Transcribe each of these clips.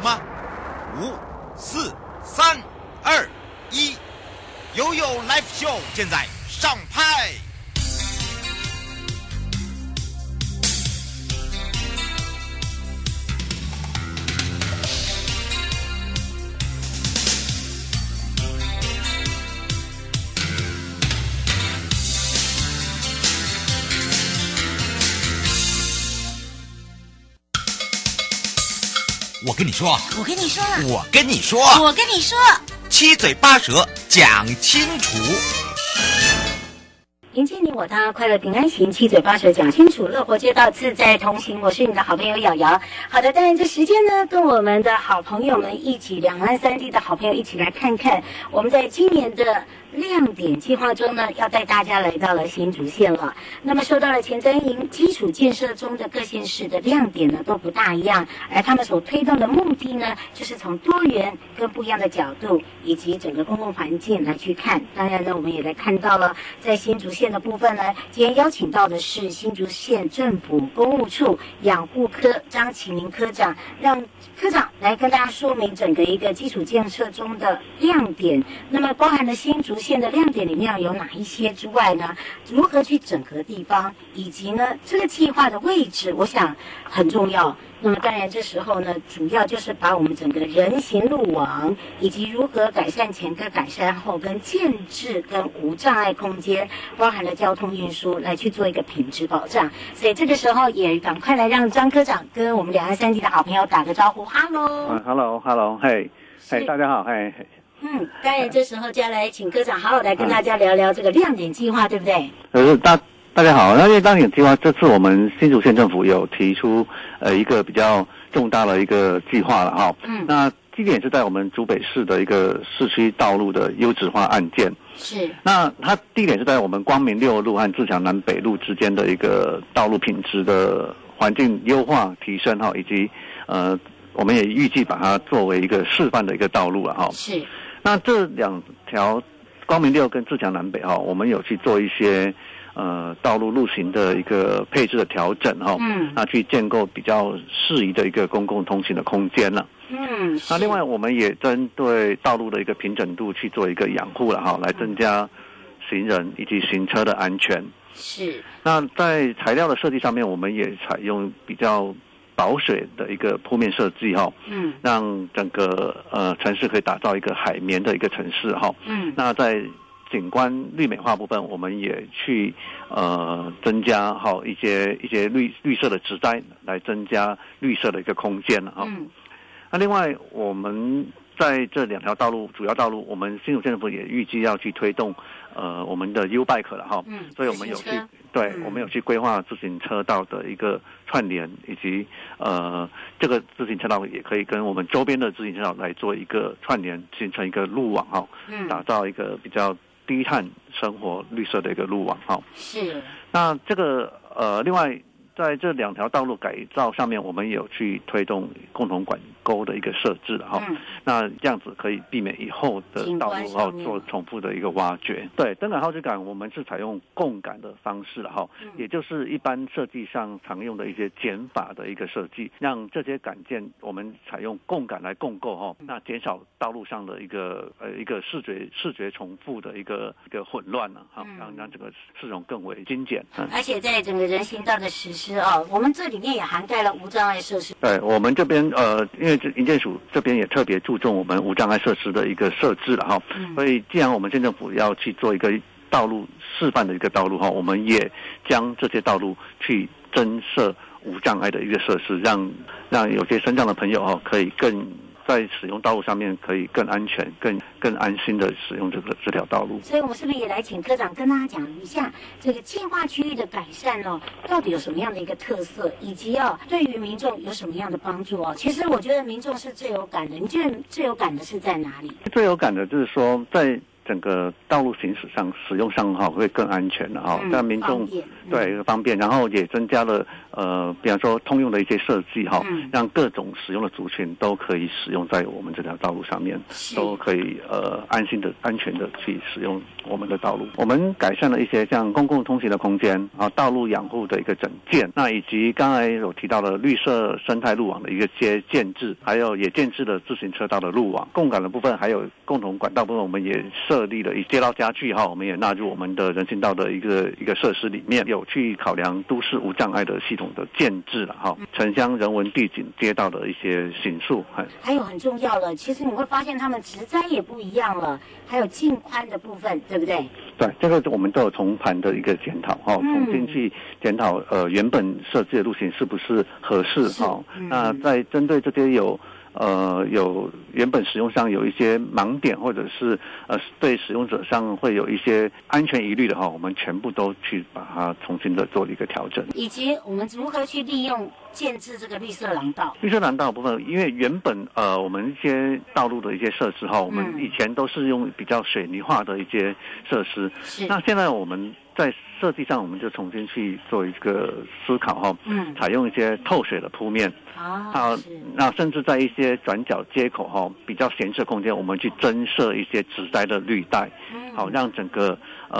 吗？5、4、3、2、1，悠悠 Live Show 现在上拍。我跟你说， 我跟你说了， 我跟你说， 我跟你说， 七嘴八舌讲清楚。 迎接你我他，快乐平安行，七嘴八舌讲清楚，乐活街道自在同行。我是你的好朋友瑶瑶。好的，当然这时间呢，跟我们的好朋友们一起，两岸三地的好朋友一起来看看，我们在今年的亮点计划中呢，要带大家来到了新竹县了。那么说到了前瞻营基础建设中的各县市的亮点呢，都不大一样，而他们所推动的目的呢，就是从多元跟不一样的角度，以及整个公共环境来去看。当然呢，我们也来看到了在新竹县的部分呢，今天邀请到的是新竹县政府公务处养护科张启明科长，让科长来跟大家说明整个一个基础建设中的亮点。那么包含了新竹县的亮点里面有哪一些之外呢？如何去整合地方，以及呢这个计划的位置，我想很重要。那么当然这时候呢，主要就是把我们整个人行路网，以及如何改善前跟改善后，跟建制跟无障碍空间，包含了交通运输，来去做一个品质保障。所以这个时候也赶快来让张科长跟我们两岸三地的好朋友打个招呼。 Hello，嘿，大家好，嘿。 当然这时候就要来请科长好好来跟大家聊聊这个亮点计划，对不对？ 大家好，那因为亮点计划这次我们新竹县政府有提出一个比较重大的一个计划了哈。那地点是在我们竹北市的一个市区道路的优质化案件。 是。 那它地点是在我们光明6路和自强南北路之间的一个道路品质的环境优化提升哈，以及我们也预计把它作为一个示范的一个道路了哈。 是。那这两条光明6跟自强南北哈，我们有去做一些道路路型的一个配置的调整哈，那去建构比较适宜的一个公共通行的空间了。那另外我们也针对道路的一个平整度去做一个养护了哈，来增加行人以及行车的安全。 是。那在材料的设计上面，我们也采用比较保水的一个铺面设计哈，让整个城市可以打造一个海绵的一个城市哈。那在景观绿美化部分，我们也去增加一些绿色的植栽，来增加绿色的一个空间了哈。那另外我们在这两条道路主要道路，我们新竹县政府也预计要去推动我们的 U-Bike 了哈，所以我们有去我们有去规划自行车道的一个串联，以及这个自行车道也可以跟我们周边的自行车道来做一个串联，形成一个路网哈，打造一个比较低碳生活绿色的一个路网哈。 是。那这个另外在这两条道路改造上面，我们也有去推动共同管沟的一个设置哈。那这样子可以避免以后的道路做重复的一个挖掘。对，登杆号志杆我们是采用共杆的方式了哈，也就是一般设计上常用的一些减法的一个设计，让这些杆件我们采用共杆来共构哈，那减少道路上的一个视觉重复的一个混乱了哈，让这个市容更为精简。 而且在整个人行道的实施我们这里面也涵盖了无障碍设施。 对，我们这边因为营建署这边也特别注重我们无障碍设施的一个设置了哈，所以既然我们县政府要去做一个道路示范的一个道路哈，我们也将这些道路去增设无障碍的一个设施，让有些身障的朋友可以在使用道路上面可以更安全、更安心的使用这条道路。 所以我们是不是也来请科长跟大家讲一下这个计划区域的改善到底有什么样的一个特色，以及对于民众有什么样的帮助其实我觉得民众是最有感的，你觉得最有感的是在哪里？ 最有感的就是说在整个道路行驶上使用上会更安全了让民众对方便，然后也增加了比方说通用的一些设计让各种使用的族群都可以使用在我们这条道路上面，都可以安心的、安全的去使用我们的道路。我们改善了一些像公共通行的空间道路养护的一个整建，那以及刚才有提到的绿色生态路网的一个建制，还有也建制了自行车道的路网。共管的部分还有共同管道部分，我们也设立了街道家具我们也纳入我们的人行道的一个设施里面，有去考量都市无障碍的系统的建制了城乡人文地景街道的一些形塑。 还有很重要了，其实你会发现他们植栽也不一样了，还有径宽的部分，对不对？ 对，这个我们都有从盘的一个检讨重新去检讨原本设计的路线是不是合适那在针对这些有原本使用上有一些盲点，或者是对使用者上会有一些安全疑虑的我们全部都去把它重新的做了一个调整， 以及我们如何去利用建制这个绿色廊道。 绿色廊道的部分，因为原本我们一些道路的一些设施我们以前都是用比较水泥化的一些设施，那现在我们在设计上我们就重新去做一个思考采用一些透水的铺面那甚至在一些转角街口比较闲适空间，我们去增设一些植栽的绿带让整个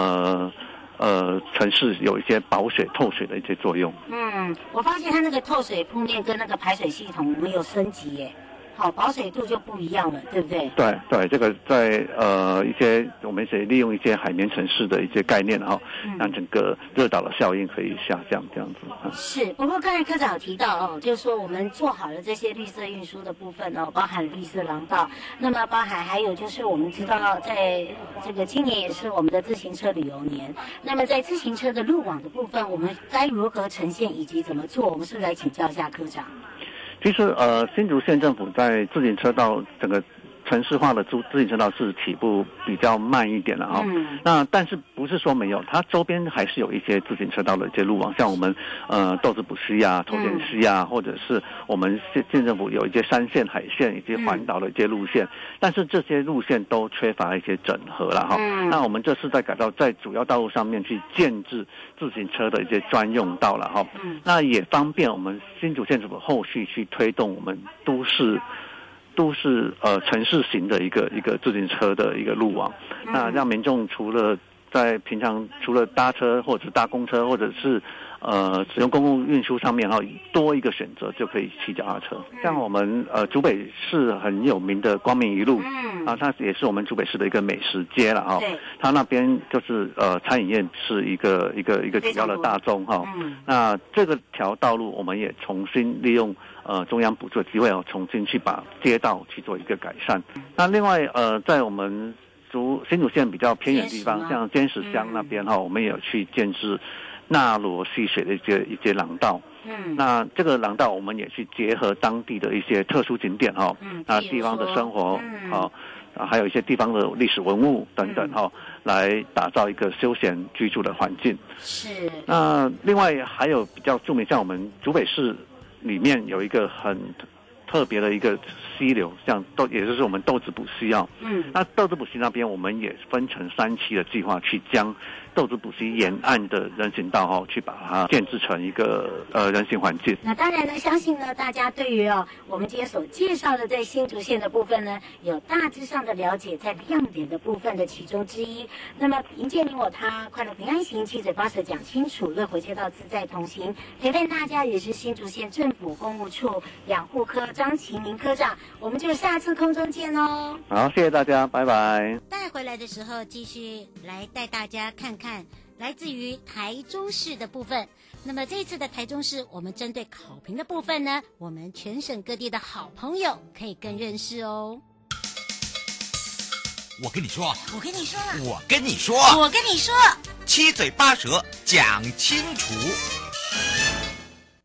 城市有一些保水透水的一些作用。 我发现它那个透水铺面跟那个排水系统我们有升级耶，保水度就不一样了，对不对？对对，这个在一些我们也利用一些海绵城市的一些概念让整个热岛的效应可以下降，这样子。 是，不过刚才科长有提到就是说我们做好了这些绿色运输的部分包含绿色廊道，那么包含还有就是我们知道在这个今年也是我们的自行车旅游年，那么在自行车的路网的部分，我们该如何呈现以及怎么做，我们是不是来请教一下科长？ 其实新竹县政府在自行车道整个城市化的自行车道是起步比较慢一点了那但是不是说没有，它周边还是有一些自行车道的一些路网，像我们豆子埔溪头前溪或者是我们县政府有一些山线、海线以及环岛的一些路线，但是这些路线都缺乏一些整合了那我们这次在改道在主要道路上面去建制自行车的一些专用道了那也方便我们新竹县政府后续去推动我们都市城市型的一个自行车的一个路网，那让民众除了在平常除了搭车或者搭公车或者是使用公共运输上面多一个选择就可以骑脚踏车。像我们竹北市很有名的光明一路它也是我们竹北市的一个美食街了它那边就是餐饮业是一个主要的大众那这个条道路我们也重新利用中央补助的机会重新去把街道去做一个改善。那另外在我们新竹县比较偏远的地方，像尖石乡那边我们也有去建制纳罗溪水的一些廊道。那这个廊道我们也去结合当地的一些特殊景点那地方的生活还有一些地方的历史文物等等来打造一个休闲居住的环境。 是。 那另外还有比较著名，像我们竹北市里面有一个很特别的一个溪流，像也就是我们豆子埔溪那豆子埔溪那边我们也分成3期的计划，去将豆子埔溪沿岸的人行道去把它建制成一个人行环境。 那当然呢，相信呢大家对于我们今天所介绍的在新竹县的部分呢，有大致上的了解，在亮点的部分的其中之一。那么迎接你我他，快乐平安行，七嘴八舌讲清楚，乐活街道自在同行，陪伴大家也是新竹县政府公务处养护科张启明科长，我们就下次空中见哦。 好，谢谢大家，拜拜。 带回来的时候继续来带大家看看来自于台中市的部分。那么这一次的台中市，我们针对考评的部分呢，我们全省各地的好朋友可以更认识哦。 我跟你说， 我跟你说， 我跟你说， 我跟你说， 七嘴八舌讲清楚。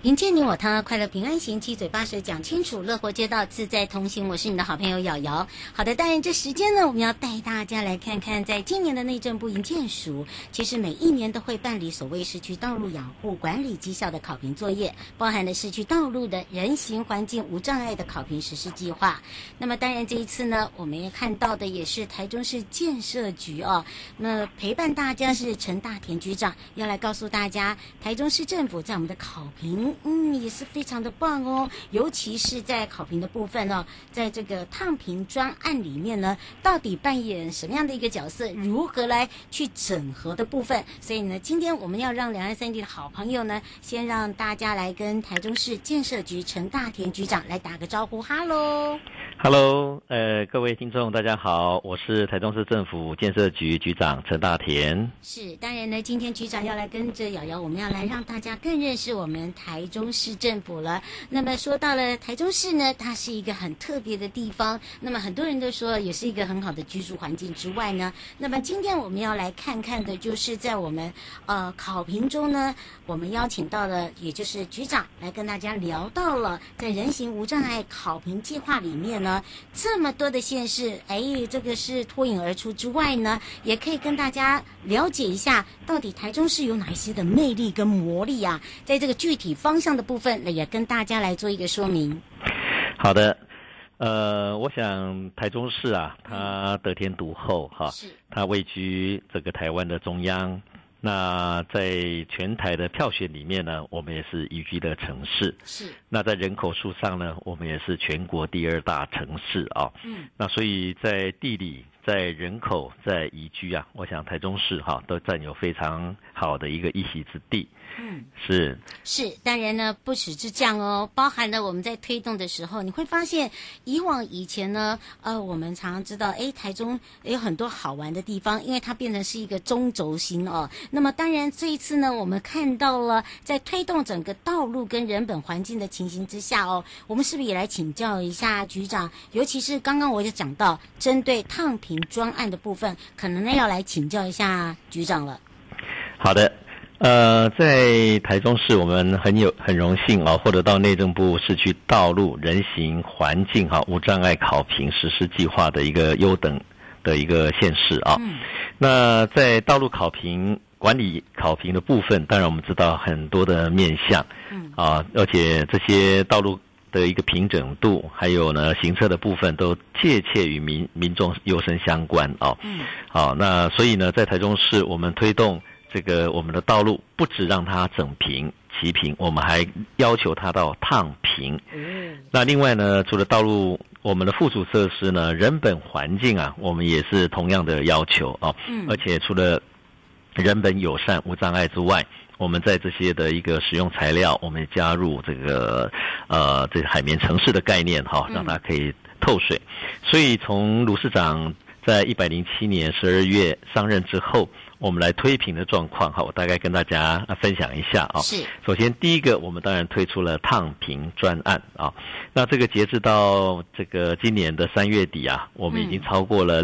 迎接你我他，快乐平安行，七嘴八舌讲清楚，乐活街道自在同行。我是你的好朋友瑶瑶。好的，当然这时间呢，我们要带大家来看看，在今年的内政部营建署，其实每一年都会办理所谓市区道路养护管理绩效的考评作业，包含了市区道路的人行环境无障碍的考评实施计划。那么当然这一次呢，我们也看到的也是台中市建设局哦，那陪伴大家是陈大田局长，要来告诉大家，台中市政府在我们的考评也是非常的棒哦，尤其是在考评的部分哦，在这个烫评专案里面呢，到底扮演什么样的一个角色，如何来去整合的部分。所以呢，今天我们要让两岸三地的好朋友呢，先让大家来跟台中市建设局陈大田局长来打个招呼。哈喽， 各位听众大家好，我是台中市政府建设局局长陈大田。 是，当然呢，今天局长要来跟着瑶瑶，我们要来让大家更认识我们台中市政府了。那么说到了台中市呢，它是一个很特别的地方，那么很多人都说也是一个很好的居住环境之外呢，那么今天我们要来看看的就是在我们考评中呢，我们邀请到了也就是局长来跟大家聊到了在人行无障碍考评计划里面呢，这么多的县市，这个是脱颖而出之外呢，也可以跟大家了解一下到底台中市有哪一些的魅力跟魔力啊，在这个具体方向的部分也跟大家来做一个说明。 好的，我想台中市啊，它得天独厚哈，它位居这个台湾的中央。那在全台的票选里面呢，我们也是宜居的城市。是。那在人口数上呢，我们也是全国第2大城市啊。那所以在地理、在人口、在宜居啊，我想台中市都占有非常好的一个一席之地。是， 当然呢，不只是这样哦，包含了我们在推动的时候，你会发现以前呢，我们常常知道，台中有很多好玩的地方，因为它变成是一个中轴心哦。那么当然这一次呢，我们看到了在推动整个道路跟人本环境的情形之下哦，我们是不是也来请教一下局长，尤其是刚刚我就讲到针对烫评专案的部分，可能呢要来请教一下局长了。 好的。在台中市，我们很荣幸获得到内政部市区道路人行环境无障碍考评实施计划的一个优等的一个县市啊。那在道路考评管理考评的部分，当然我们知道很多的面向，而且这些道路的一个平整度，还有呢行车的部分都切切与民众优生相关啊。那所以呢，在台中市我们推动这个我们的道路不只让它整平齐平，我们还要求它到烫平。那另外呢，除了道路，我们的附属设施呢，人本环境啊，我们也是同样的要求啊。而且除了人本友善无障碍之外，我们在这些的一个使用材料，我们加入这个这海绵城市的概念让它可以透水。所以从卢市长在107年12月上任之后，我们来推评的状况我大概跟大家分享一下是。首先第一个，我们当然推出了烫评专案那这个截至到这个今年的3月底我们已经超过了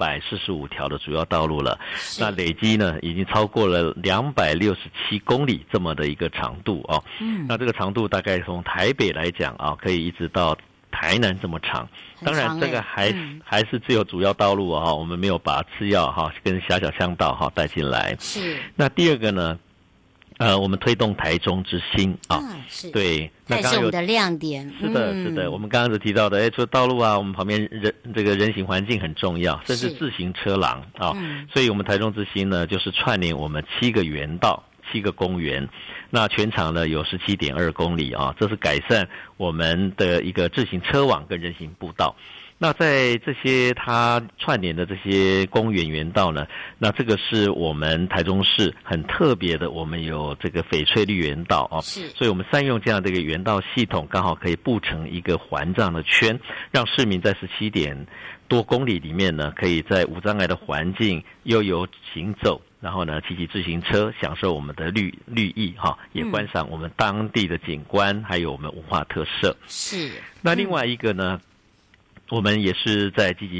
645条的主要道路了。那累积呢，已经超过了267公里这么的一个长度那这个长度大概从台北来讲可以一直到台南这么长。当然这个还是只有主要道路我们没有把次要跟狭小乡道带进来。是。那第二个呢，我们推动台中之星是。对，那刚刚有我们的亮点。 是的，我们刚刚有提到的除了道路我们旁边这个人行环境很重要，甚至自行车廊所以我们台中之星呢，就是串联我们7个园道、7个公园，那全长呢有17.2公里这是改善我们的一个自行车网跟人行步道。那在这些它串联的这些公园园道呢，那这个是我们台中市很特别的，我们有这个翡翠绿园道是，所以我们善用这样的一个园道系统，刚好可以布成一个环状的圈，让市民在17点多公里里面呢，可以在无障碍的环境悠游行走，然后呢骑自行车，享受我们的绿意也观赏我们当地的景观，还有我们文化特色。是。那另外一个呢，我们也是在积极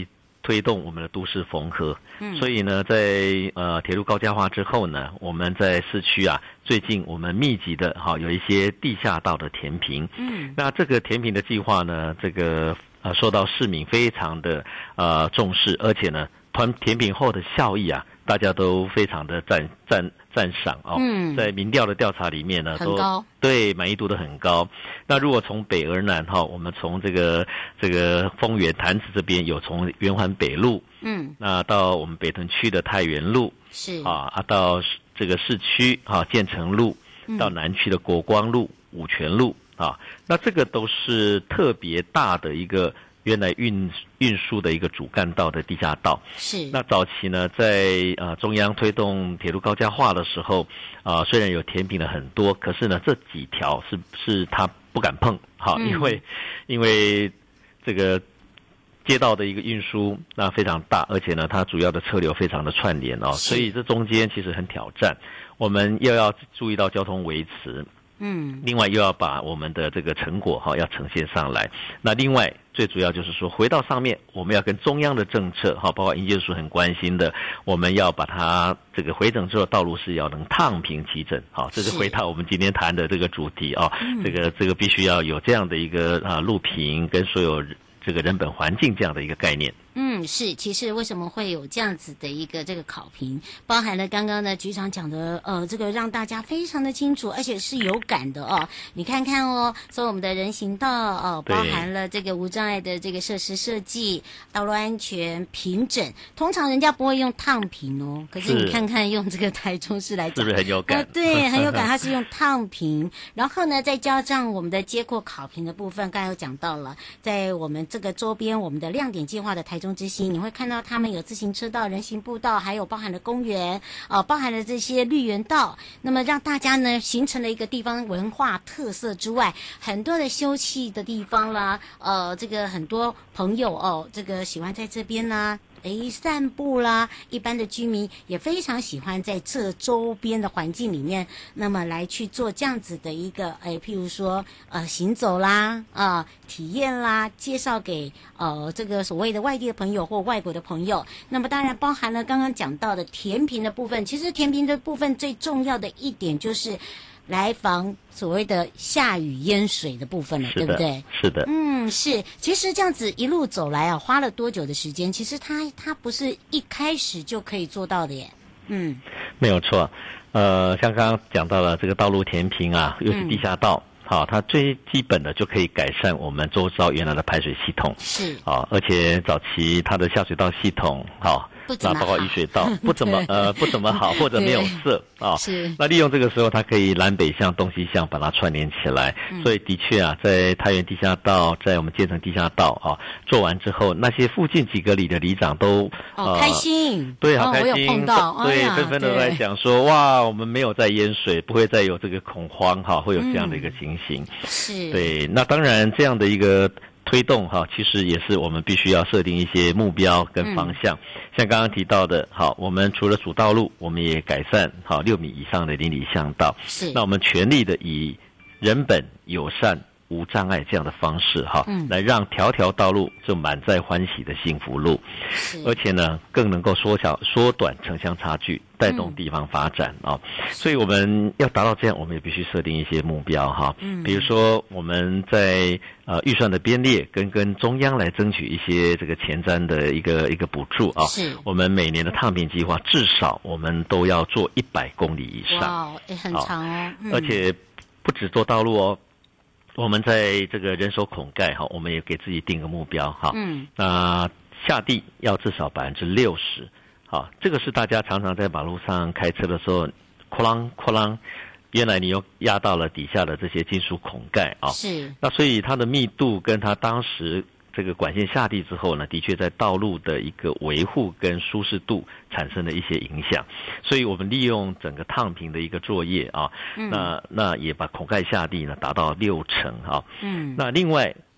推动我们的都市缝合。所以呢，在铁路高架化之后呢，我们在市区啊，最近我们密集的有一些地下道的填平。那这个填平的计划呢，这个受到市民非常的重视，而且呢，填平后的效益啊，大家都非常的赞赏哦。在民调的调查里面呢， 很高， 对，满意度都很高。那如果从北而南我们从这个丰原潭子这边有从圆环北路，那到我们北屯区的太原路， 是到这个市区建成路，到南区的国光路、五权路那这个都是特别大的一个原来运输的一个主干道的地下道。 是。那早期呢，在中央推动铁路高架化的时候，虽然有填平了很多，可是呢，这几条是他不敢碰，因为这个街道的一个运输那非常大，而且呢，它主要的车流非常的串联所以这中间其实很挑战。我们又要注意到交通维持。另外又要把我们的这个成果要呈现上来。那另外最主要就是说，回到上面，我们要跟中央的政策包括营建署很关心的，我们要把它这个回整之后道路是要能烫平齐整。这是回到我们今天谈的这个主题这个必须要有这样的一个路平跟所有这个人本环境这样的一个概念。 是，其实为什么会有这样子的一个这个考评，包含了刚刚呢局长讲的这个让大家非常的清楚，而且是有感的你看看所以我们的人行道包含了这个无障碍的这个设施设计、道路安全、平整，通常人家不会用烫平可是你看看用这个台中市来讲， 是不是很有感？ 对，很有感，它是用烫平，然后呢再加上我们的街廓考评的部分，刚才有讲到了，在我们这个周边，我们的亮点计划的台中之星，你会看到他们有自行车道、人行步道，还有包含了公园包含了这些绿园道，那么让大家呢形成了一个地方文化特色之外，很多的休憩的地方啦，这个很多朋友这个喜欢在这边啦散步啦，一般的居民也非常喜欢在这周边的环境里面，那么来去做这样子的一个譬如说行走啦体验啦，介绍给这个所谓的外地的朋友或外国的朋友。那么当然包含了刚刚讲到的填平的部分，其实填平的部分最重要的一点就是来防所谓的下雨淹水的部分了，对不对？ 是的。 是。其实这样子一路走来花了多久的时间？其实它不是一开始就可以做到的耶。 没有错。像刚刚讲到了这个道路填平尤其地下道。它最基本的就可以改善我们周遭原来的排水系统。是。而且早期它的下水道系统那包括雨水道不怎么好，或者没有色是。 那利用这个时候，它可以南北向、东西向把它串联起来。所以的确在太原地下道，在我们建成地下道做完之后，那些附近几个里的里长都开心。 对，好开心。 我有碰到， 对，纷纷的在讲说，哇，我们没有再淹水，不会再有这个恐慌会有这样的一个情形。 是。 对，那当然这样的一个推动其实也是我们必须要设定一些目标跟方向。像刚刚提到的我们除了主道路，我们也改善6米以上的邻里巷道。是。那我们全力的以人本友善无障碍这样的方式来让条条道路就满载欢喜的幸福路。而且呢更能够缩短城乡差距，带动地方发展所以我们要达到这样，我们也必须设定一些目标比如说我们在预算的编列跟中央来争取一些这个前瞻的一个补助是。我们每年的烫平计划至少我们都要做100公里以上。 哇，很长而且不只做道路我们在这个人手孔盖我们也给自己定个目标那下地要至少60%这个是大家常常在马路上开车的时候哐啷哐啷，原来你又压到了底下的这些金属孔盖是。 那所以它的密度跟它当时这个管线下地之后呢，的确在道路的一个维护跟舒适度产生了一些影响。所以我们利用整个烫平的一个作业那也把孔盖下地呢达到60%那另外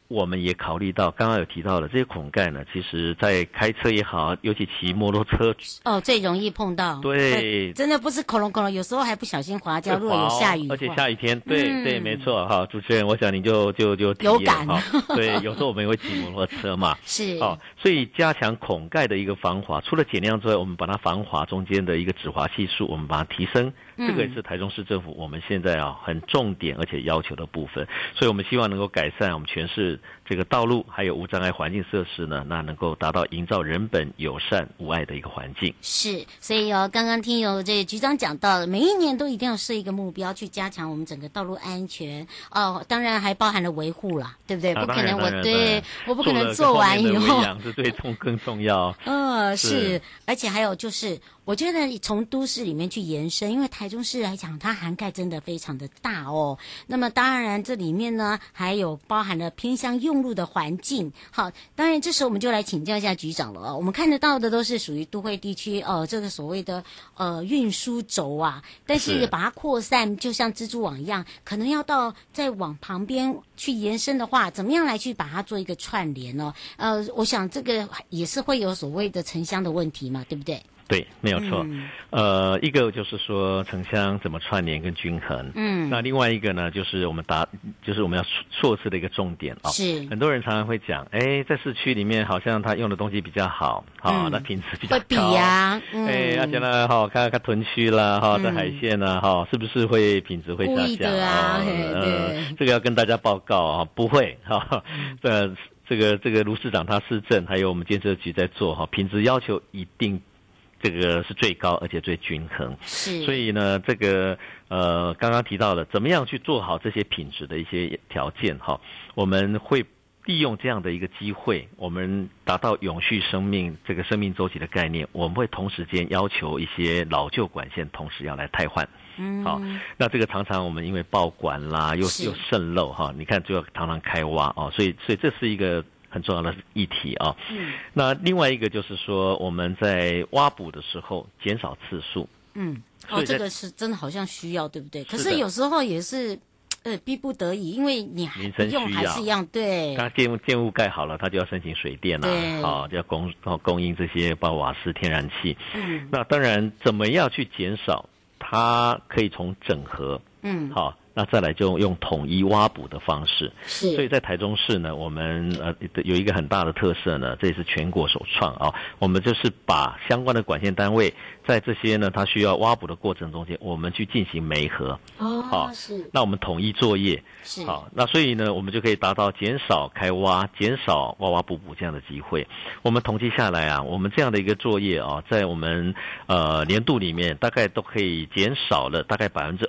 我们也考虑到，刚刚有提到了这些孔盖呢，其实在开车也好，尤其骑摩托车最容易碰到。 对， 真的不是恐龙，有时候还不小心滑跤，如果有下雨， 而且下雨天，对，没错哈。主持人，我想你就有感对，有时候我们也会骑摩托车嘛， 是所以加强孔盖的一个防滑，除了减量之外，我们把它防滑中间的一个止滑系数，我们把它提升。这个也是台中市政府我们现在很重点而且要求的部分，所以我们希望能够改善我们全市这个道路还有无障碍环境设施呢，那能够达到营造人本友善无碍的一个环境。 是，所以刚刚听有这个局长讲到了，每一年都一定要设一个目标去加强我们整个道路安全当然还包含了维护啦，对不对？不可能我不可能做完以后， 是对更重要。 是，而且还有就是。我觉得从都市里面去延伸，因为台中市来讲，它涵盖真的非常的大哦。那么当然这里面呢，还有包含了偏乡用路的环境。好，当然这时候我们就来请教一下局长了我们看得到的都是属于都会地区这个所谓的运输轴啊，但是把它扩散，就像蜘蛛网一样，可能要到再往旁边去延伸的话，怎么样来去把它做一个串联呢？我想这个也是会有所谓的城乡的问题嘛，对不对？ 对，没有错。一个就是说城乡怎么串联跟均衡。那另外一个呢，就是我们要措施的一个重点是很多人常常会讲，在市区里面好像他用的东西比较好，那品质比较高。 会比啊， 而且呢，看屯区啦，在海线啦，是不是会品质会下降？ 故意的啊， 这个要跟大家报告不会这个卢市长他市政还有我们建设局在做品质要求一定。这个是最高而且最均衡， 是， 所以呢，这个刚刚提到了怎么样去做好这些品质的一些条件我们会利用这样的一个机会，我们达到永续生命这个生命周期的概念，我们会同时间要求一些老旧管线同时要来汰换。好，那这个常常我们因为爆管啦，又渗漏你看就要常常开挖所以这是一个很重要的议题那另外一个就是说我们在挖补的时候减少次数。 这个是真的好像需要，对不对？可是有时候也是逼不得已，因为你还不用还是一样，对。 刚建物盖好了，它就要申请水电就要供应这些包括瓦斯、天然气。那当然怎么样去减少，它可以从整合。那再来就用统一挖补的方式， 是。 所以在台中市呢，我们有一个很大的特色呢，这也是全国首创我们就是把相关的管线单位在这些呢它需要挖补的过程中间，我们去进行媒合是。 那我们统一作业是那所以呢，我们就可以达到减少开挖、减少挖补这样的机会。我们统计下来我们这样的一个作业在我们年度里面大概都可以减少了大概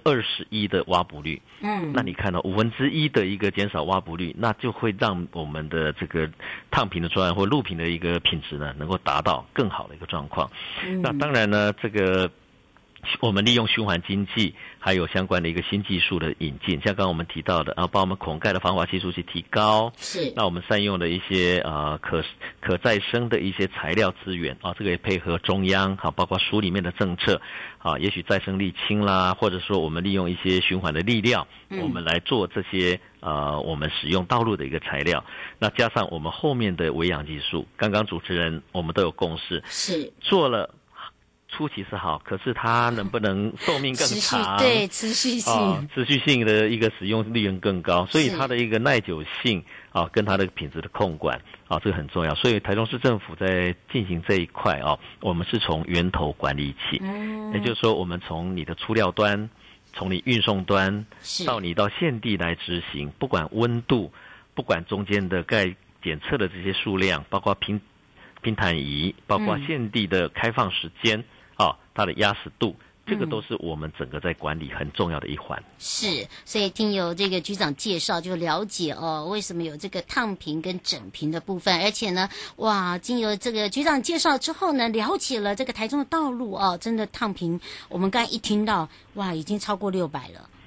21%的挖补率。那你看1/5的一个减少挖补率，那就会让我们的这个烫平的专案或路平的一个品质呢，能够达到更好的一个状况。那当然呢，这个我们利用循环经济，还有相关的一个新技术的引进，像刚刚我们提到的把我们孔盖的防滑系数去提高， 是。 那我们善用的一些可再生的一些材料资源这个也配合中央包括署里面的政策也许再生沥青啦，或者说我们利用一些循环的力量，我们来做这些我们使用道路的一个材料，那加上我们后面的微氧技术，刚刚主持人我们都有共识， 是做了。初期是好，可是它能不能寿命更长？ 对，持续性， 持续性的一个使用利润更高，所以它的一个耐久性跟它的品质的控管这个很重要。所以台中市政府在进行这一块我们是从源头管理起，也就是说，我们从你的出料端，从你运送端到你到现地来执行，不管温度，不管中间的盖检测的这些数量，包括平坦仪，包括现地的开放时间。它的压实度，这个都是我们整个在管理很重要的一环。 是，所以听有这个局长介绍，就了解为什么有这个烫平跟整平的部分，而且呢，经由这个局长介绍之后呢，了解了这个台中的道路真的烫平，我们刚才一听到，已经超过600了。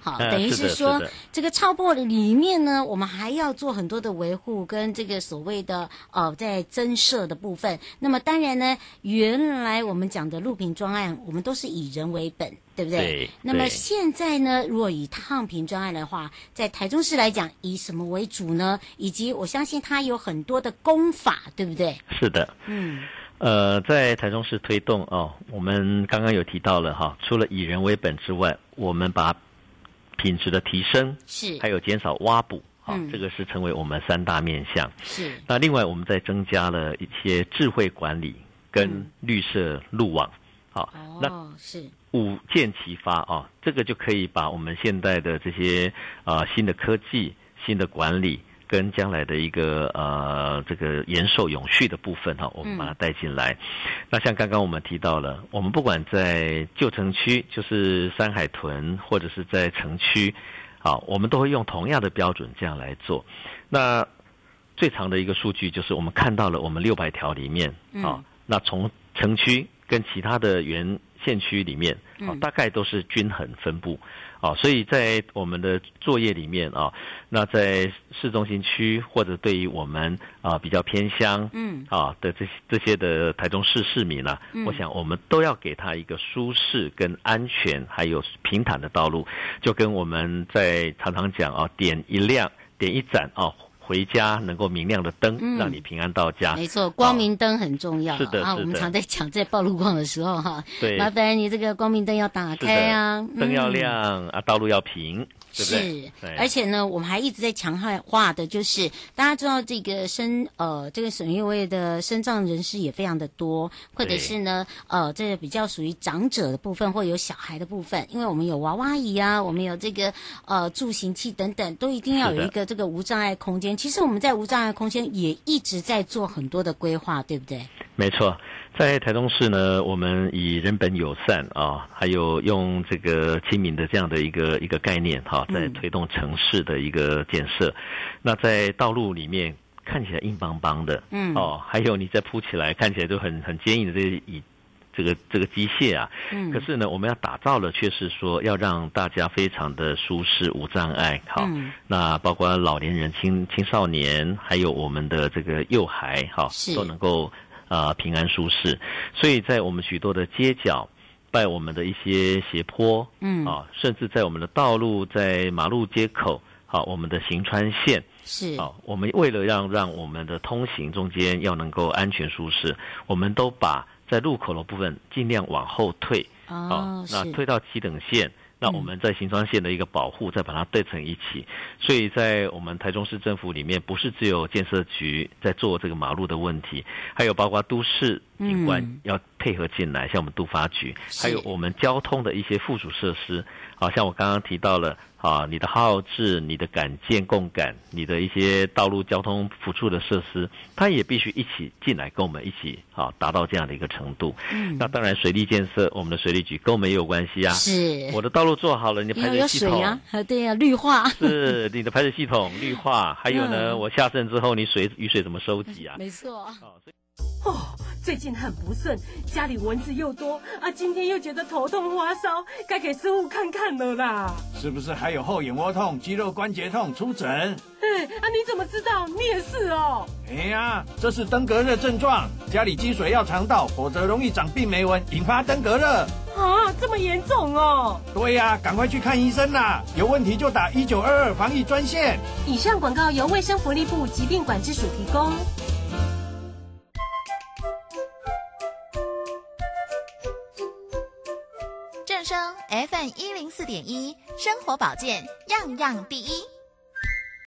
好，等于是说这个超薄里面呢，我们还要做很多的维护跟这个所谓的在增设的部分。那么当然呢，原来我们讲的路平专案，我们都是以人为本，对不对？ 对。 那么现在呢，如果以烫平专案的话，在台中市来讲，以什么为主呢？以及我相信它有很多的工法，对不对？ 是的，在台中市推动我们刚刚有提到了哈，除了以人为本之外，我们把品质的提升是，还有减少挖补，这个是成为我们3大面向。是，那另外我们再增加了一些智慧管理跟绿色路网，那是5箭齐发这个就可以把我们现代的这些新的科技、新的管理。跟将来的一个这个延寿永续的部分我们把它带进来。那像刚刚我们提到了，我们不管在旧城区，就是山海屯，或者是在城区，我们都会用同样的标准这样来做。那最长的一个数据就是我们看到了我们600条里面那从城区跟其他的原县区里面大概都是均衡分布。所以在我们的作业里面那在市中心区或者对于我们比较偏乡的这些的台中市市民我想我们都要给他一个舒适跟安全还有平坦的道路，就跟我们在常常讲点一盏回家能够明亮的灯，让你平安到家。 没错，光明灯很重要。 是的， 我们常在讲在报路况的时候对，麻烦你这个光明灯要打开灯要亮道路要平。对不对？ 是，而且呢，我们还一直在强化的，就是大家知道这个这个省议会的身障人士也非常的多，或者是呢，这个比较属于长者的部分，或有小孩的部分，因为我们有娃娃椅啊，我们有这个助行器等等，都一定要有一个这个无障碍空间。其实我们在无障碍空间也一直在做很多的规划，对不对？ 没错。在台中市呢，我们以人本友善还有用这个亲民的这样的一个概念在推动城市的一个建设。那在道路里面看起来硬邦邦的，还有你再铺起来看起来就很坚硬的这个机械啊，可是呢，我们要打造的却是说要让大家非常的舒适无障碍。那包括老年人、青少年，还有我们的这个幼孩都能够平安舒适。所以在我们许多的街角，在我们的一些斜坡，甚至在我们的道路，在马路街口，我们的行穿线，是我们为了让我们的通行中间要能够安全舒适，我们都把在路口的部分尽量往后退，那退到七等线。那我们在行穿线的一个保护，再把它对成一起。所以在我们台中市政府里面，不是只有建设局在做这个马路的问题，还有包括都市景观要配合进来，像我们都发局，还有我们交通的一些附属设施，像我刚刚提到了你的号志、你的感建共感、你的一些道路交通辅助的设施，它也必须一起进来，跟我们一起达到这样的一个程度。那当然水利建设，我们的水利局跟我们也有关系啊。是，我的道路做好了，你的排水系统有水对啊，绿化是你的排水系统绿化，还有呢，我下渗之后，你雨水怎么收集啊？ 没错。 最近很不顺，家里蚊子又多今天又觉得头痛发烧，该给师傅看看了啦。 是不是还有后眼窝痛、肌肉关节痛？出诊。 你怎么知道？你也是哦。 这是登革热症状，家里积水要常倒，否则容易长病媒蚊，引发登革热。 这么严重哦？ 对呀，赶快去看医生啦！有问题就打1922防疫专线。 以上广告由卫生福利部疾病管制署提供。 正声 FM104.1，生活保健样样第一。